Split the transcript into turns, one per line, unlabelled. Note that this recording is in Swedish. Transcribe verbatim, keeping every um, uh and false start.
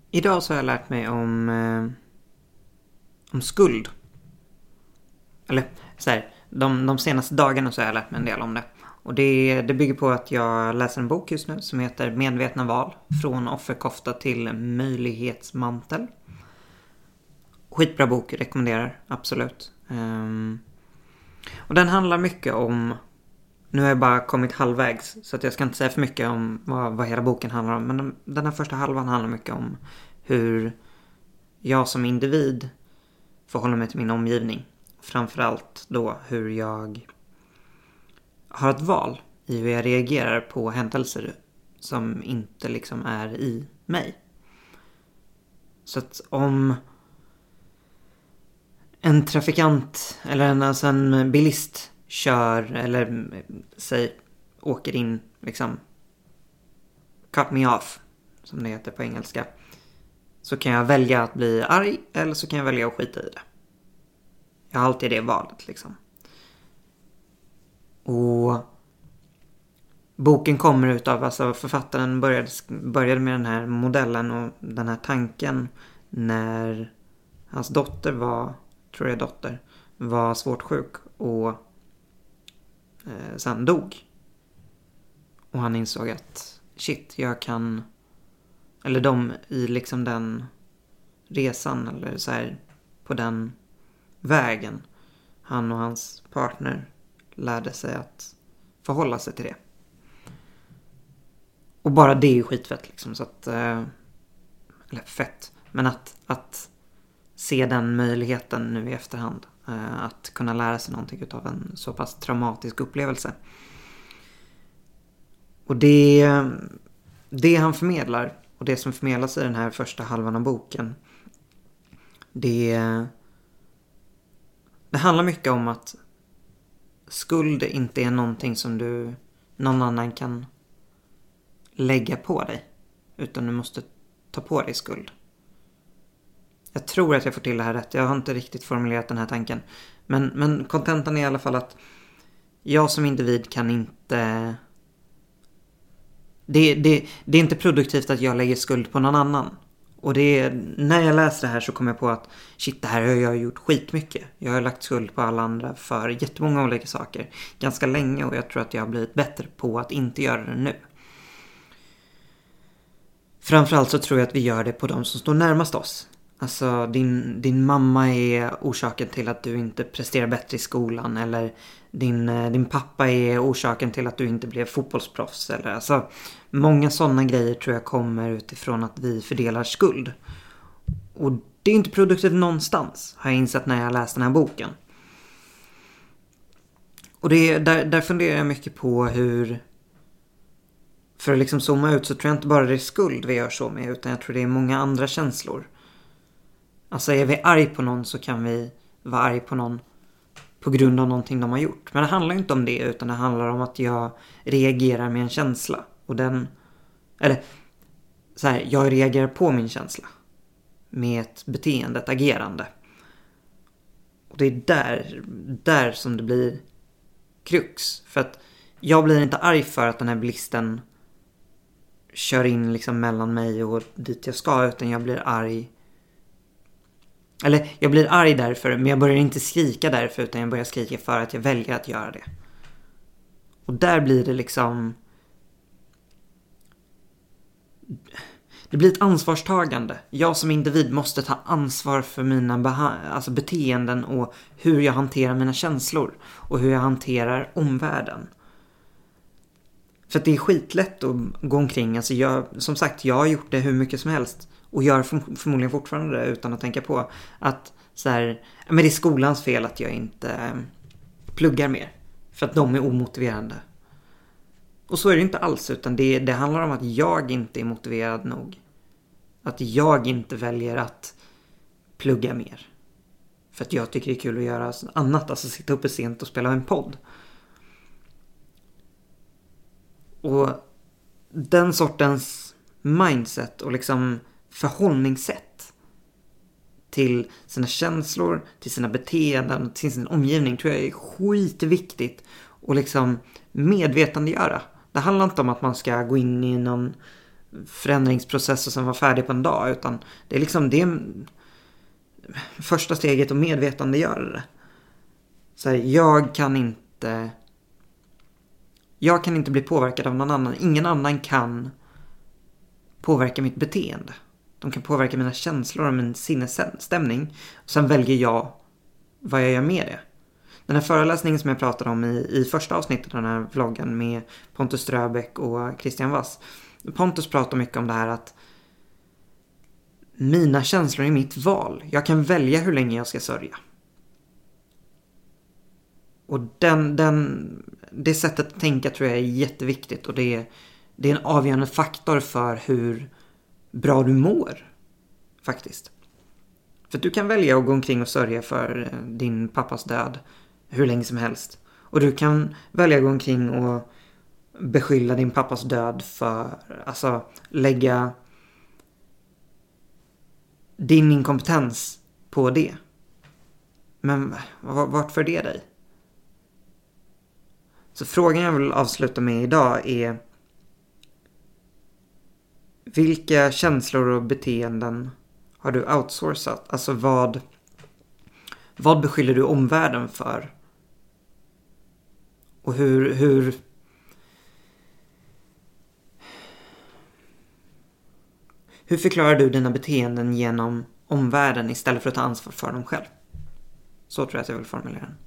Idag så har jag lärt mig om, eh, om skuld. Eller så här, de, de senaste dagarna så har jag lärt mig en del om det. Och det, det bygger på att jag läser en bok just nu som heter Medvetna val. Från offerkofta till möjlighetsmantel. Skitbra bok, rekommenderar, absolut. Um, och den handlar mycket om... Nu har jag bara kommit halvvägs så att jag ska inte säga för mycket om vad, vad hela boken handlar om. Men den, den här första halvan handlar mycket om hur jag som individ förhåller mig till min omgivning. Framförallt då hur jag har ett val i hur jag reagerar på händelser som inte liksom är i mig. Så att om en trafikant eller en, alltså en bilist kör eller säg åker in liksom cut me off som det heter på engelska, så kan jag välja att bli arg eller så kan jag välja att skita i det. Jag har alltid det valet liksom. Och boken kommer utav, alltså författaren började, började med den här modellen och den här tanken när hans dotter var, tror jag dotter, var svårt sjuk och eh, sen dog. Och han insåg att shit, jag kan, eller de i liksom den resan eller så här på den vägen, han och hans partner lärde sig att förhålla sig till det. Och bara det är ju skitfett liksom, så att eh, eller fett, men att, att se den möjligheten nu i efterhand, eh, att kunna lära sig någonting utav en så pass traumatisk upplevelse. Och det det han förmedlar och det som förmedlas i den här första halvan av boken, det det handlar mycket om att skuld inte är någonting som du någon annan kan lägga på dig, utan du måste ta på dig skuld. Jag tror att jag får till det här rätt. Jag har inte riktigt formulerat den här tanken. Men, men kontentan är i alla fall att jag som individ kan inte... Det, det, det är inte produktivt att jag lägger skuld på någon annan. Och det är, när jag läser det här så kommer jag på att shit, det här har jag gjort skitmycket. Jag har lagt skuld på alla andra för jättemånga olika saker. Ganska länge, och jag tror att jag har blivit bättre på att inte göra det nu. Framförallt så tror jag att vi gör det på de som står närmast oss. Alltså din, din mamma är orsaken till att du inte presterar bättre i skolan. Eller din, din pappa är orsaken till att du inte blev fotbollsproffs. Eller, alltså, många sådana grejer tror jag kommer utifrån att vi fördelar skuld. Och det är inte produktivt någonstans, har jag insett när jag läst den här boken. Och det, där, där funderar jag mycket på hur... För att liksom zooma ut så tror jag inte bara det är skuld vi gör så med, utan jag tror det är många andra känslor. Alltså är vi arg på någon så kan vi vara arg på någon på grund av någonting de har gjort. Men det handlar inte om det, utan det handlar om att jag reagerar med en känsla. Och den, eller så här, jag reagerar på min känsla med ett beteende, ett agerande. Och det är där, där som det blir krux. För att jag blir inte arg för att den här bilisten kör in liksom mellan mig och dit jag ska, utan jag blir arg. Eller jag blir arg därför, men jag börjar inte skrika därför, utan jag börjar skrika för att jag väljer att göra det. Och där blir det liksom... Det blir ett ansvarstagande. Jag som individ måste ta ansvar för mina beha- alltså beteenden och hur jag hanterar mina känslor och hur jag hanterar omvärlden. För att det är skitlätt att gå omkring. Alltså jag, som sagt, jag har gjort det hur mycket som helst. Och gör förmodligen fortfarande det utan att tänka på att så här, men det är skolans fel att jag inte pluggar mer. För att de är omotiverande. Och så är det inte alls, utan det, det handlar om att jag inte är motiverad nog. Att jag inte väljer att plugga mer. För att jag tycker det är kul att göra annat. Alltså sitta uppe sent och spela en podd. Och den sortens mindset och liksom förhållningssätt till sina känslor, till sina beteenden, till sin omgivning tror jag är skitviktigt och liksom medvetandegöra. Det handlar inte om att man ska gå in i någon förändringsprocess och sen vara färdig på en dag. Utan det är liksom det första steget att medvetandegöra det. Så här, jag kan inte jag kan inte bli påverkad av någon annan. Ingen annan kan påverka mitt beteende. De kan påverka mina känslor och min sinnesstämning. Och sen väljer jag vad jag gör med det. Den här föreläsningen som jag pratade om i, i första avsnittet av den här vloggen med Pontus Ströbeck och Christian Wass. Pontus pratar mycket om det här att mina känslor är mitt val. Jag kan välja hur länge jag ska sörja. Och den, den, det sättet att tänka tror jag är jätteviktigt. Och det är, det är en avgörande faktor för hur bra du mår. Faktiskt. För du kan välja att gå omkring och sörja för din pappas död hur länge som helst. Och du kan välja att gå omkring och beskylla din pappas död för, alltså lägga din inkompetens på det. Men vart för det dig? Så frågan jag vill avsluta med idag är: vilka känslor och beteenden har du outsourcat? Alltså vad, vad beskyller du omvärlden för? Och hur, hur, hur förklarar du dina beteenden genom omvärlden istället för att ta ansvar för dem själv? Så tror jag att jag vill formulera den.